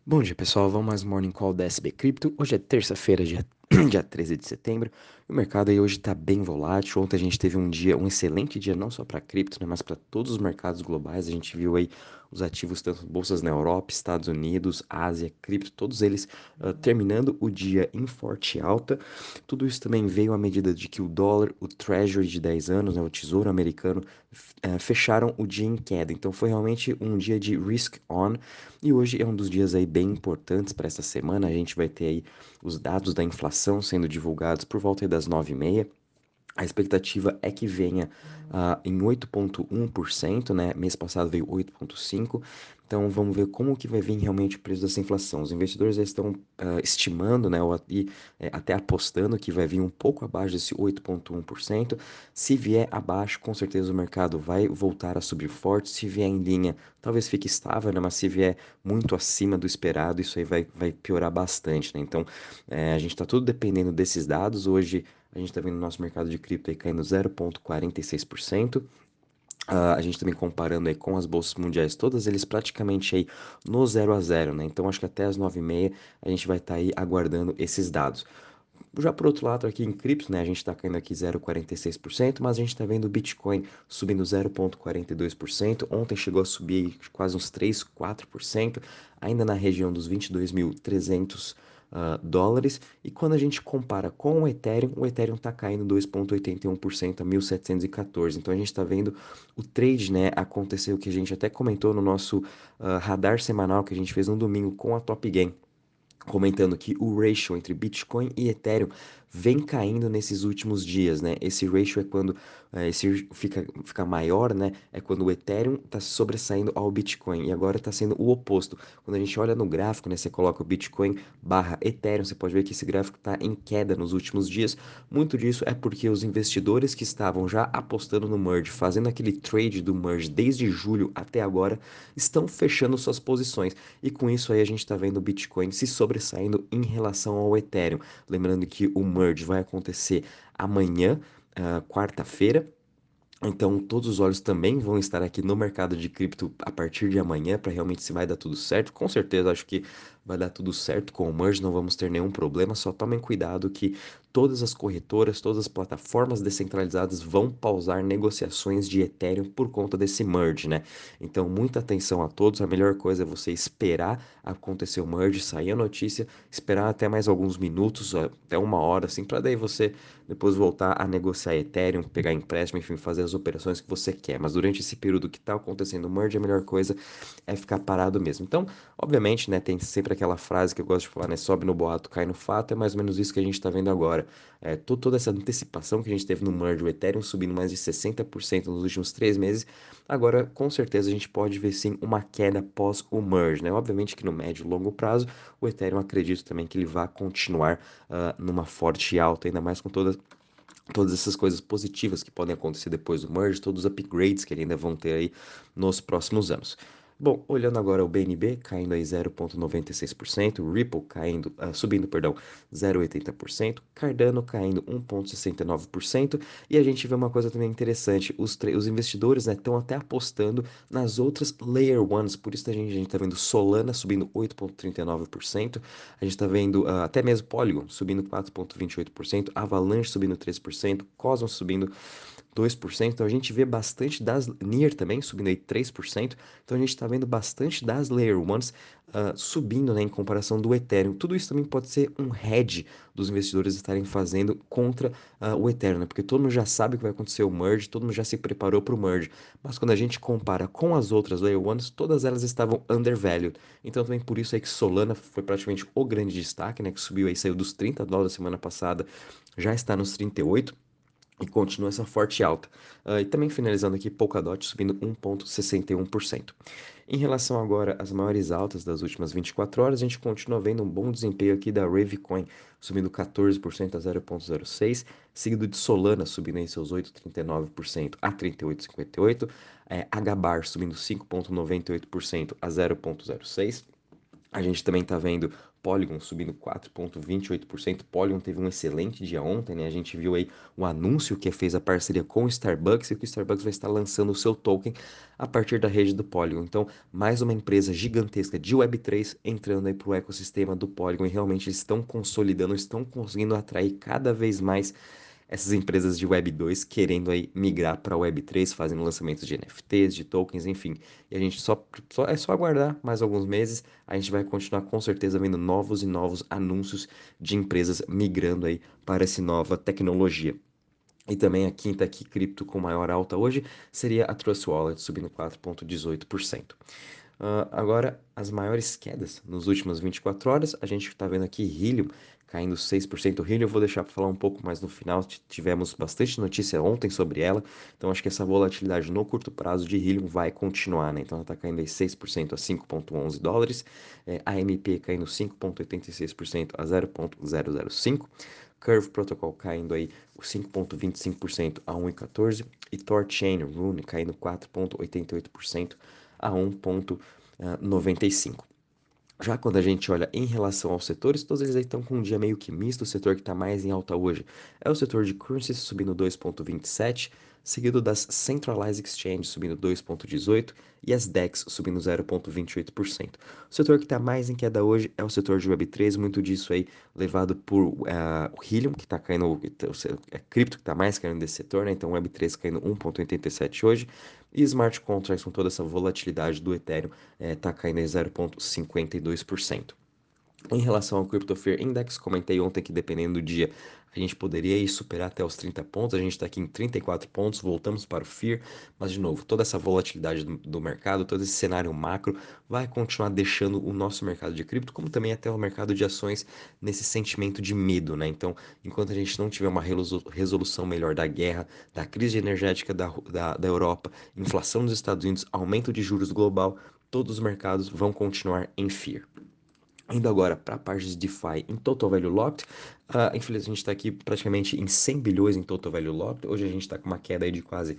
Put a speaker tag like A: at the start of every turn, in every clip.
A: Bom dia, pessoal. Vamos mais um Morning Call da SB Cripto. Hoje é terça-feira, dia 13 de setembro. E o mercado aí hoje está bem volátil. Ontem a gente teve um excelente dia, não só para cripto, né, mas para todos os mercados globais. A gente viu aí os ativos, tanto bolsas na Europa, Estados Unidos, Ásia, cripto, todos eles terminando o dia em forte alta. Tudo isso também veio à medida de que o dólar, o Treasury de 10 anos, né, o Tesouro Americano, fecharam o dia em queda. Então foi realmente um dia de risk on. E hoje é um dos dias aí bem importantes para essa semana. A gente vai ter aí os dados da inflação sendo divulgados por volta aí das 9h30. A expectativa é que venha em 8,1%, né? Mês passado veio 8,5%. Então vamos ver como que vai vir realmente o preço dessa inflação. Os investidores já estão estimando, né, até apostando que vai vir um pouco abaixo desse 8,1%. Se vier abaixo, com certeza o mercado vai voltar a subir forte. Se vier em linha, talvez fique estável, né? Mas se vier muito acima do esperado, isso aí vai piorar bastante, né? Então a gente está tudo dependendo desses dados. Hoje a gente está vendo o nosso mercado de cripto aí caindo 0,46%. A gente também comparando aí com as bolsas mundiais, todas eles praticamente aí no 0 a 0, né? Então acho que até as 9h30 a gente vai estar aí aguardando esses dados. Já por outro lado, aqui em cripto, né, a gente está caindo aqui 0,46%, mas a gente está vendo o Bitcoin subindo 0,42%. Ontem chegou a subir quase uns 3, 4%, ainda na região dos 22.300 dólares. E quando a gente compara com o Ethereum está caindo 2,81% a 1.714. Então a gente está vendo o trade, né, acontecer, o que a gente até comentou no nosso radar semanal que a gente fez no domingo com a Top Game, comentando que o ratio entre Bitcoin e Ethereum vem caindo nesses últimos dias, né? Esse ratio é quando esse fica maior, né? É quando o Ethereum está sobressaindo ao Bitcoin. E agora está sendo o oposto. Quando a gente olha no gráfico, né? Você coloca o Bitcoin barra Ethereum, você pode ver que esse gráfico está em queda nos últimos dias. Muito disso é porque os investidores que estavam já apostando no merge, fazendo aquele trade do merge desde julho até agora, estão fechando suas posições. E com isso aí a gente está vendo o Bitcoin se sobressaindo em relação ao Ethereum. Lembrando que o merge vai acontecer amanhã, quarta-feira. Então, todos os olhos também vão estar aqui no mercado de cripto a partir de amanhã para realmente se vai dar tudo certo. Com certeza, acho que vai dar tudo certo com o merge, não vamos ter nenhum problema. Só tomem cuidado que todas as corretoras, todas as plataformas descentralizadas vão pausar negociações de Ethereum por conta desse merge, né? Então, muita atenção a todos. A melhor coisa é você esperar acontecer o merge, sair a notícia, esperar até mais alguns minutos, até uma hora, assim, para daí você depois voltar a negociar Ethereum, pegar empréstimo, enfim, fazer as operações que você quer. Mas durante esse período que está acontecendo o merge, a melhor coisa é ficar parado mesmo. Então, obviamente, né, tem sempre aquela frase que eu gosto de falar, né, sobe no boato, cai no fato, é mais ou menos isso que a gente está vendo agora. Toda essa antecipação que a gente teve no merge, o Ethereum subindo mais de 60% nos últimos 3 meses, agora com certeza a gente pode ver sim uma queda pós o merge, né? Obviamente que no médio e longo prazo, o Ethereum acredito também que ele vai continuar numa forte alta, ainda mais com todas essas coisas positivas que podem acontecer depois do merge, todos os upgrades que ele ainda vão ter aí nos próximos anos. Bom, olhando agora o BNB caindo aí 0,96%, Ripple caindo, subindo, perdão, 0,80%, Cardano caindo 1,69%, e a gente vê uma coisa também interessante, os investidores, né, estão até apostando nas outras Layer Ones, por isso a gente tá vendo Solana subindo 8,39%, a gente está vendo até mesmo Polygon subindo 4,28%, Avalanche subindo 3%, Cosmos subindo 2%. Então a gente vê bastante das Near também subindo aí 3%. Então a gente está vendo bastante das Layer Ones subindo, né, em comparação do Ethereum. Tudo isso também pode ser um hedge dos investidores estarem fazendo contra o Ethereum, né? Porque todo mundo já sabe que vai acontecer o merge, todo mundo já se preparou para o merge. Mas quando a gente compara com as outras Layer Ones, todas elas estavam undervalued. Então também por isso aí que Solana foi praticamente o grande destaque, né? Que subiu aí, saiu dos $30 semana passada, já está nos 38 e continua essa forte alta. E também finalizando aqui, Polkadot subindo 1,61%. Em relação agora às maiores altas das últimas 24 horas, a gente continua vendo um bom desempenho aqui da Ravecoin, subindo 14% a 0,06, seguido de Solana subindo em seus 8,39% a 38,58, HBAR subindo 5,98% a 0,06, A gente também está vendo Polygon subindo 4,28%. Polygon teve um excelente dia ontem, né? A gente viu aí o anúncio que fez a parceria com o Starbucks e que o Starbucks vai estar lançando o seu token a partir da rede do Polygon. Então, mais uma empresa gigantesca de Web3 entrando aí para o ecossistema do Polygon e realmente eles estão consolidando, estão conseguindo atrair cada vez mais essas empresas de Web 2 querendo aí migrar para Web 3, fazendo lançamentos de NFTs, de tokens, enfim. E a gente é só aguardar mais alguns meses, a gente vai continuar com certeza vendo novos e novos anúncios de empresas migrando aí para essa nova tecnologia. E também a quinta aqui, cripto com maior alta hoje, seria a Trust Wallet, subindo 4,18%. Agora, as maiores quedas nos últimas 24 horas, a gente está vendo aqui Helium caindo 6%. O Helium eu vou deixar para falar um pouco mais no final, tivemos bastante notícia ontem sobre ela, então acho que essa volatilidade no curto prazo de Helium vai continuar, né? Então ela está caindo aí 6% a 5,11 dólares, a AMP caindo 5,86% a 0,005, Curve Protocol caindo aí 5,25% a 1,14 e Thorchain Rune caindo 4,88% a 1,95. Já quando a gente olha em relação aos setores, todos eles aí estão com um dia meio que misto. O setor que está mais em alta hoje é o setor de currencies subindo 2,27, seguido das Centralized Exchange subindo 2,18 e as DEX subindo 0,28%. O setor que está mais em queda hoje é o setor de Web3, muito disso aí levado por o Helium, que está caindo, é cripto que está mais caindo desse setor, né? Então o Web3 caindo 1,87 hoje, e Smart Contracts com toda essa volatilidade do Ethereum está caindo em 0,52%. Em relação ao Crypto Fear Index, comentei ontem que dependendo do dia a gente poderia ir superar até os 30 pontos, a gente está aqui em 34 pontos, voltamos para o Fear, mas de novo, toda essa volatilidade do mercado, todo esse cenário macro vai continuar deixando o nosso mercado de cripto, como também até o mercado de ações, nesse sentimento de medo, né? Então, enquanto a gente não tiver uma resolução melhor da guerra, da crise energética da Europa, inflação dos Estados Unidos, aumento de juros global, todos os mercados vão continuar em Fear. Indo agora para a parte de DeFi em Total Value Locked, infelizmente a gente está aqui praticamente em 100 bilhões em Total Value Locked, hoje a gente está com uma queda aí de quase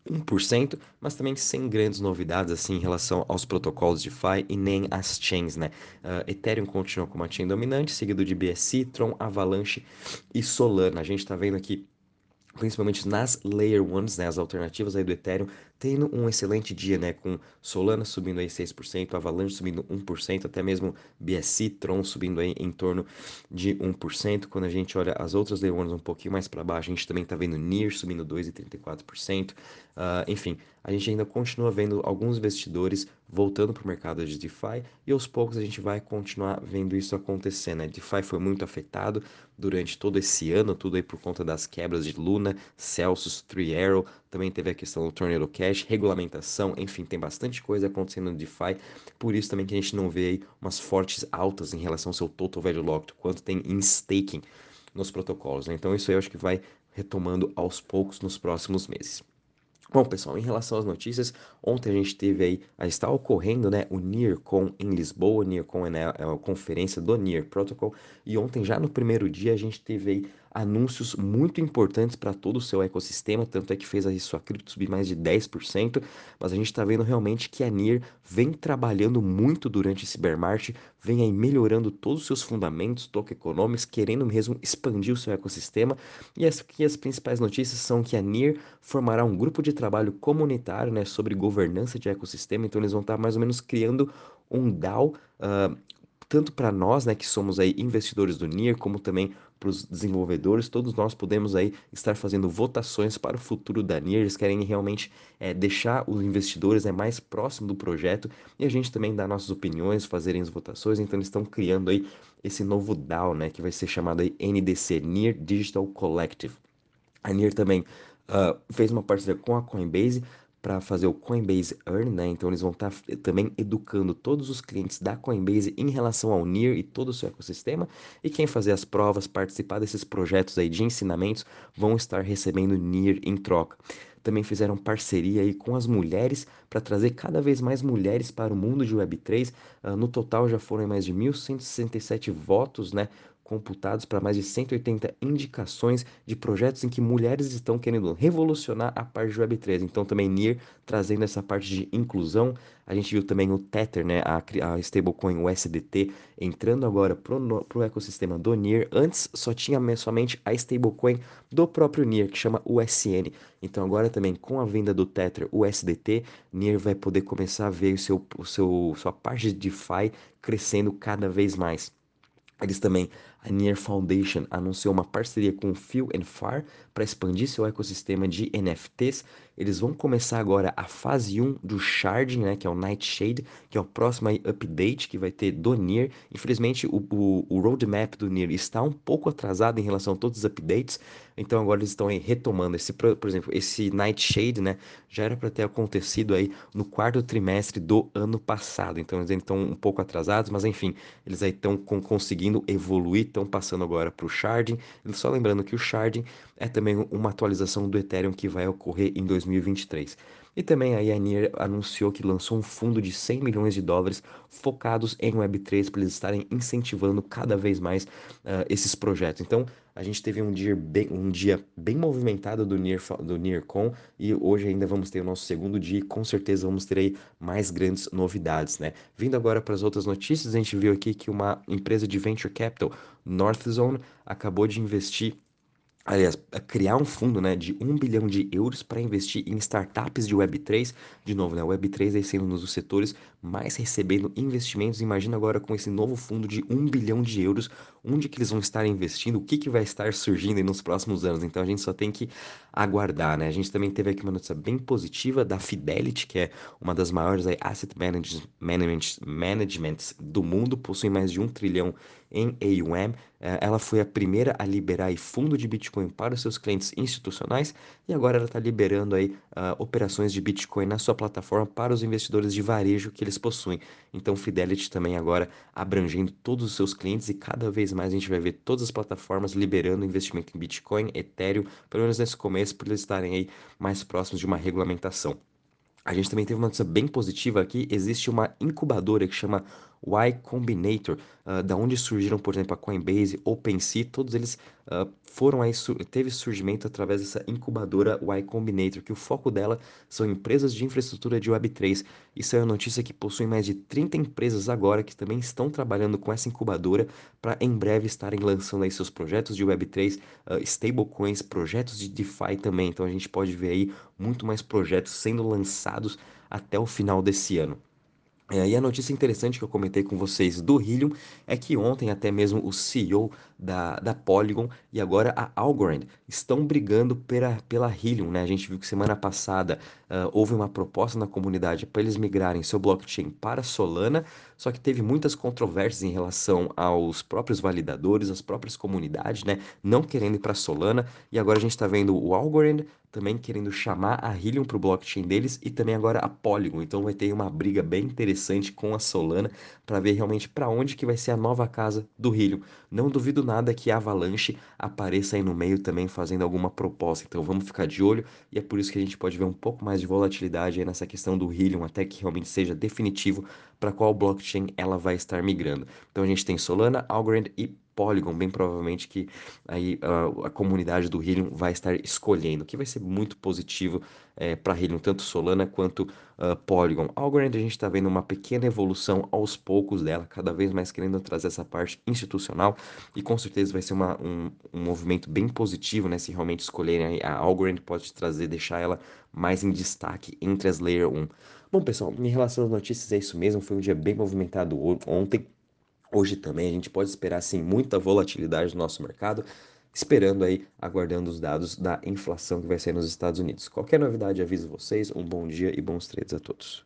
A: 1%, mas também sem grandes novidades assim em relação aos protocolos DeFi e nem às chains, né? Ethereum continua como a chain dominante, seguido de BSC, Tron, Avalanche e Solana. A gente está vendo aqui principalmente nas Layer Ones, né, as alternativas aí do Ethereum, tendo um excelente dia, né, com Solana subindo aí 6%, Avalanche subindo 1%, até mesmo BSC, Tron subindo aí em torno de 1%. Quando a gente olha as outras Layer Ones um pouquinho mais para baixo, a gente também está vendo NEAR subindo 2,34%. Enfim, a gente ainda continua vendo alguns investidores voltando para o mercado de DeFi e aos poucos a gente vai continuar vendo isso acontecer, né? DeFi foi muito afetado durante todo esse ano, tudo aí por conta das quebras de Luna, Celsius, Three Arrow, também teve a questão do Tornado Cash, regulamentação, enfim, tem bastante coisa acontecendo no DeFi, por isso também que a gente não vê aí umas fortes altas em relação ao seu Total Value Locked, quanto tem em staking nos protocolos, né? Então isso aí eu acho que vai retomando aos poucos nos próximos meses. Bom, pessoal, em relação às notícias, ontem a gente teve aí, está ocorrendo, né, o NearCon em Lisboa. O NearCon é a conferência do Near Protocol, e ontem, já no primeiro dia, a gente teve aí anúncios muito importantes para todo o seu ecossistema, tanto é que fez a sua cripto subir mais de 10%, mas a gente está vendo realmente que a Near vem trabalhando muito durante esse bear market, vem aí melhorando todos os seus fundamentos, token econômicos, querendo mesmo expandir o seu ecossistema, e as principais notícias são que a Near formará um grupo de trabalho comunitário, né, sobre governança de ecossistema. Então eles vão estar mais ou menos criando um DAO, tanto para nós, né, que somos aí investidores do NIR, como também para os desenvolvedores. Todos nós podemos aí estar fazendo votações para o futuro da NIR. Eles querem realmente deixar os investidores, né, mais próximo do projeto, e a gente também dá nossas opiniões, fazerem as votações. Então eles estão criando aí esse novo DAO, né, que vai ser chamado aí NDC, NIR Digital Collective. A Near também fez uma parceria com a Coinbase para fazer o Coinbase Earn, né? Então eles vão estar também educando todos os clientes da Coinbase em relação ao Near e todo o seu ecossistema. E quem fazer as provas, participar desses projetos aí de ensinamentos, vão estar recebendo Near em troca. Também fizeram parceria aí com as mulheres para trazer cada vez mais mulheres para o mundo de Web3. No total já foram mais de 1.167 votos, né, computados para mais de 180 indicações de projetos em que mulheres estão querendo revolucionar a parte de Web3. Então também NIR trazendo essa parte de inclusão. A gente viu também o Tether, né, a stablecoin USDT, entrando agora pro ecossistema do NIR. Antes só tinha somente a stablecoin do próprio NIR, que chama USN. Então agora também com a venda do Tether USDT, NIR vai poder começar a ver sua parte de DeFi crescendo cada vez mais. Eles também, a Near Foundation anunciou uma parceria com o Few and Far para expandir seu ecossistema de NFTs. Eles vão começar agora a fase um do Sharding, né, que é o Nightshade, que é o próximo aí update que vai ter do Near. Infelizmente, o roadmap do Near está um pouco atrasado em relação a todos os updates, então agora eles estão aí retomando. Por exemplo, esse Nightshade, né, já era para ter acontecido aí no quarto trimestre do ano passado, então eles ainda estão um pouco atrasados, mas enfim, eles aí estão conseguindo evoluir, estão passando agora para o Sharding. Só lembrando que o Sharding é também uma atualização do Ethereum que vai ocorrer em 2023. E também aí a Near anunciou que lançou um fundo de 100 milhões de dólares focados em Web3 para eles estarem incentivando cada vez mais esses projetos. Então, a gente teve um dia bem movimentado do NearCon e hoje ainda vamos ter o nosso segundo dia e com certeza vamos ter aí mais grandes novidades, né? Vindo agora para as outras notícias, a gente viu aqui que uma empresa de venture capital, Northzone, acabou de investir, aliás, criar um fundo, né, de 1 bilhão de euros para investir em startups de Web3. De novo, né, Web3 aí sendo um dos setores mais recebendo investimentos. Imagina agora com esse novo fundo de 1 bilhão de euros, onde que eles vão estar investindo, o que que vai estar surgindo aí nos próximos anos. Então a gente só tem que aguardar, né? A gente também teve aqui uma notícia bem positiva da Fidelity, que é uma das maiores aí, managements do mundo, possui mais de 1 trilhão em AUM. Ela foi a primeira a liberar aí fundo de Bitcoin para os seus clientes institucionais e agora ela está liberando aí operações de Bitcoin na sua plataforma para os investidores de varejo que eles possuem. Então, Fidelity também agora abrangendo todos os seus clientes e cada vez mais a gente vai ver todas as plataformas liberando investimento em Bitcoin, Ethereum, pelo menos nesse começo, por eles estarem aí mais próximos de uma regulamentação. A gente também teve uma notícia bem positiva aqui. Existe uma incubadora que chama Y Combinator, da onde surgiram, por exemplo, a Coinbase, OpenSea, todos eles foram aí, teve surgimento através dessa incubadora Y Combinator, que o foco dela são empresas de infraestrutura de Web3. Isso é uma notícia que possui mais de 30 empresas agora que também estão trabalhando com essa incubadora para em breve estarem lançando aí seus projetos de Web3, stablecoins, projetos de DeFi também. Então a gente pode ver aí muito mais projetos sendo lançados até o final desse ano. E a notícia interessante que eu comentei com vocês do Helium é que ontem até mesmo o CEO da Polygon e agora a Algorand estão brigando pela Helium, né? A gente viu que semana passada houve uma proposta na comunidade para eles migrarem seu blockchain para Solana, só que teve muitas controvérsias em relação aos próprios validadores, às próprias comunidades, né? Não querendo ir para Solana, e agora a gente está vendo o Algorand também querendo chamar a Helium para o blockchain deles e também agora a Polygon. Então vai ter uma briga bem interessante com a Solana para ver realmente para onde que vai ser a nova casa do Helium. Não duvido nada que a Avalanche apareça aí no meio também fazendo alguma proposta. Então vamos ficar de olho e é por isso que a gente pode ver um pouco mais de volatilidade aí nessa questão do Helium até que realmente seja definitivo para qual blockchain ela vai estar migrando. Então a gente tem Solana, Algorand e Polygon, bem provavelmente que aí a comunidade do Helium vai estar escolhendo, que vai ser muito positivo para Helium, tanto Solana quanto Polygon. Algorand a gente está vendo uma pequena evolução aos poucos dela, cada vez mais querendo trazer essa parte institucional e com certeza vai ser um movimento bem positivo, né? Se realmente escolherem aí, a Algorand pode trazer, deixar ela mais em destaque entre as Layer 1. Bom, pessoal, em relação às notícias é isso mesmo, foi um dia bem movimentado ontem. Hoje também a gente pode esperar sim muita volatilidade no nosso mercado, esperando aí, aguardando os dados da inflação que vai sair nos Estados Unidos. Qualquer novidade, aviso vocês. Um bom dia e bons trades a todos.